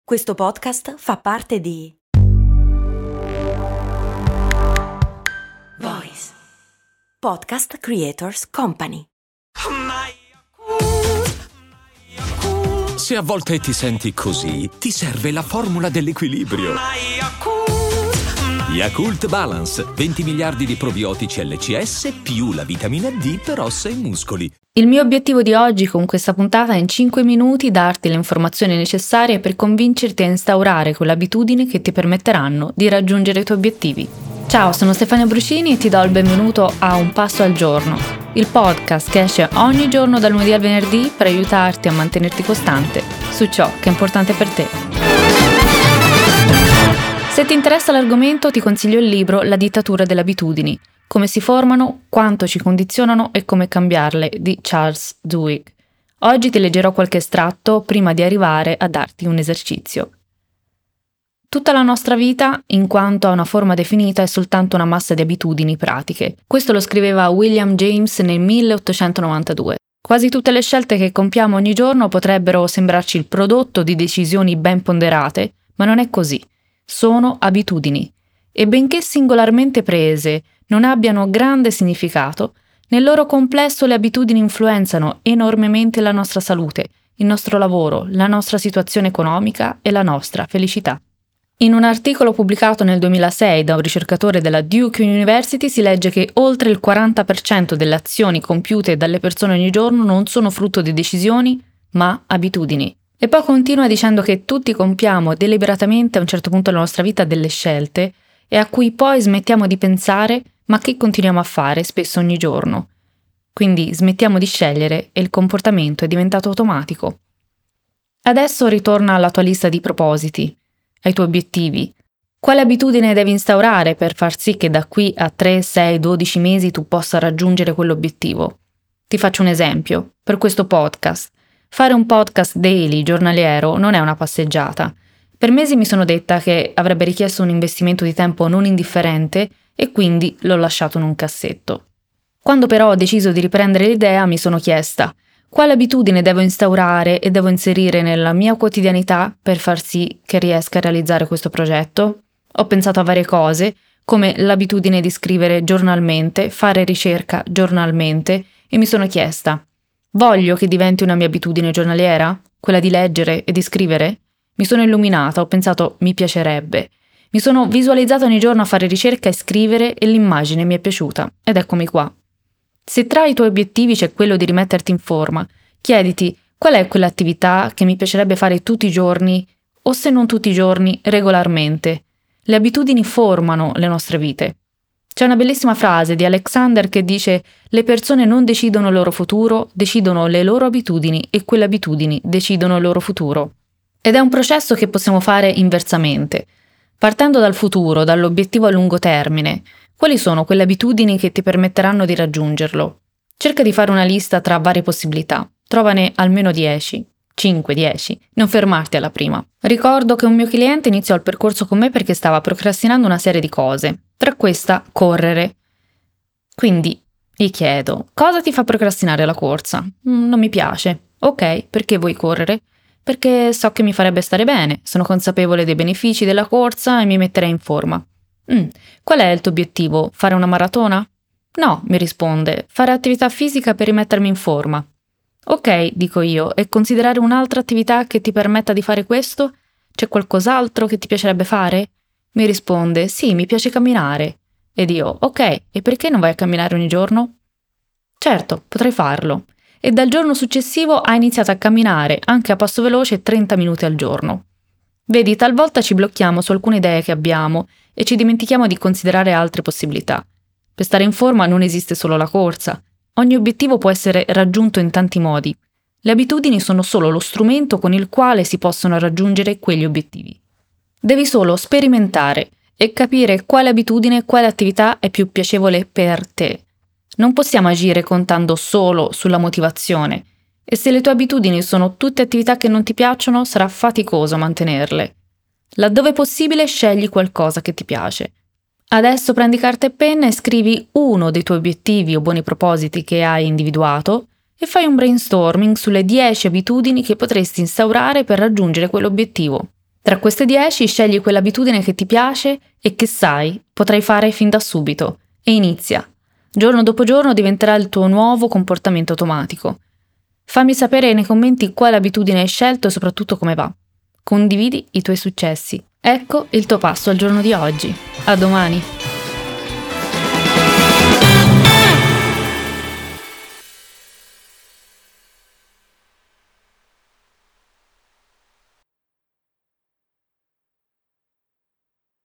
Questo podcast fa parte di Voice Podcast Creators Company. Se a volte ti senti così, ti serve la formula dell'equilibrio. Yakult Balance, 20 miliardi di probiotici LCS più la vitamina D per ossa e muscoli. Il mio obiettivo di oggi con questa puntata è in 5 minuti darti le informazioni necessarie per convincerti a instaurare quell'abitudine che ti permetteranno di raggiungere i tuoi obiettivi. Ciao, sono Stefania Brucini e ti do il benvenuto a Un Passo al Giorno, il podcast che esce ogni giorno dal lunedì al venerdì per aiutarti a mantenerti costante su ciò che è importante per te. Se ti interessa l'argomento ti consiglio il libro La dittatura delle abitudini, come si formano, quanto ci condizionano e come cambiarle di Charles Duhigg. Oggi ti leggerò qualche estratto prima di arrivare a darti un esercizio. Tutta la nostra vita, in quanto a una forma definita, è soltanto una massa di abitudini pratiche. Questo lo scriveva William James nel 1892. Quasi tutte le scelte che compiamo ogni giorno potrebbero sembrarci il prodotto di decisioni ben ponderate, ma non è così. Sono abitudini e benché singolarmente prese non abbiano grande significato, nel loro complesso le abitudini influenzano enormemente la nostra salute, il nostro lavoro, la nostra situazione economica e la nostra felicità. In un articolo pubblicato nel 2006 da un ricercatore della Duke University si legge che oltre il 40% delle azioni compiute dalle persone ogni giorno non sono frutto di decisioni, ma abitudini. E poi continua dicendo che tutti compiamo deliberatamente a un certo punto della nostra vita delle scelte e a cui poi smettiamo di pensare, ma che continuiamo a fare spesso ogni giorno. Quindi smettiamo di scegliere e il comportamento è diventato automatico. Adesso ritorna alla tua lista di propositi, ai tuoi obiettivi. Quale abitudine devi instaurare per far sì che da qui a 3, 6, 12 mesi tu possa raggiungere quell'obiettivo? Ti faccio un esempio. Per questo podcast. Fare un podcast daily, giornaliero, non è una passeggiata. Per mesi mi sono detta che avrebbe richiesto un investimento di tempo non indifferente e quindi l'ho lasciato in un cassetto. Quando però ho deciso di riprendere l'idea mi sono chiesta quale abitudine devo instaurare e devo inserire nella mia quotidianità per far sì che riesca a realizzare questo progetto? Ho pensato a varie cose, come l'abitudine di scrivere giornalmente, fare ricerca giornalmente e mi sono chiesta: voglio che diventi una mia abitudine giornaliera? Quella di leggere e di scrivere? Mi sono illuminata, ho pensato mi piacerebbe. Mi sono visualizzata ogni giorno a fare ricerca e scrivere e l'immagine mi è piaciuta. Ed eccomi qua. Se tra i tuoi obiettivi c'è quello di rimetterti in forma, chiediti qual è quell'attività che mi piacerebbe fare tutti i giorni o se non tutti i giorni, regolarmente. Le abitudini formano le nostre vite. C'è una bellissima frase di Alexander che dice: le persone non decidono il loro futuro, decidono le loro abitudini e quelle abitudini decidono il loro futuro. Ed è un processo che possiamo fare inversamente. Partendo dal futuro, dall'obiettivo a lungo termine, quali sono quelle abitudini che ti permetteranno di raggiungerlo? Cerca di fare una lista tra varie possibilità. Trovane almeno 10. 5-10, non fermarti alla prima. Ricordo che un mio cliente iniziò il percorso con me perché stava procrastinando una serie di cose, tra questa correre. Quindi gli chiedo: cosa ti fa procrastinare la corsa? Non mi piace. Ok, perché vuoi correre? Perché so che mi farebbe stare bene, sono consapevole dei benefici della corsa e mi metterei in forma. Qual è il tuo obiettivo? Fare una maratona? No, mi risponde, fare attività fisica per rimettermi in forma. Ok, dico io, e considerare un'altra attività che ti permetta di fare questo? C'è qualcos'altro che ti piacerebbe fare? Mi risponde, sì, mi piace camminare. Ed io, ok, e perché non vai a camminare ogni giorno? Certo, potrei farlo. E dal giorno successivo ha iniziato a camminare, anche a passo veloce, 30 minuti al giorno. Vedi, talvolta ci blocchiamo su alcune idee che abbiamo e ci dimentichiamo di considerare altre possibilità. Per stare in forma non esiste solo la corsa. Ogni obiettivo può essere raggiunto in tanti modi. Le abitudini sono solo lo strumento con il quale si possono raggiungere quegli obiettivi. Devi solo sperimentare e capire quale abitudine, quale attività è più piacevole per te. Non possiamo agire contando solo sulla motivazione e se le tue abitudini sono tutte attività che non ti piacciono, sarà faticoso mantenerle. Laddove possibile, scegli qualcosa che ti piace. Adesso prendi carta e penna e scrivi uno dei tuoi obiettivi o buoni propositi che hai individuato e fai un brainstorming sulle 10 abitudini che potresti instaurare per raggiungere quell'obiettivo. Tra queste 10 scegli quell'abitudine che ti piace e che sai potrai fare fin da subito e inizia. Giorno dopo giorno diventerà il tuo nuovo comportamento automatico. Fammi sapere nei commenti quale abitudine hai scelto e soprattutto come va. Condividi i tuoi successi. Ecco il tuo passo al giorno di oggi. A domani!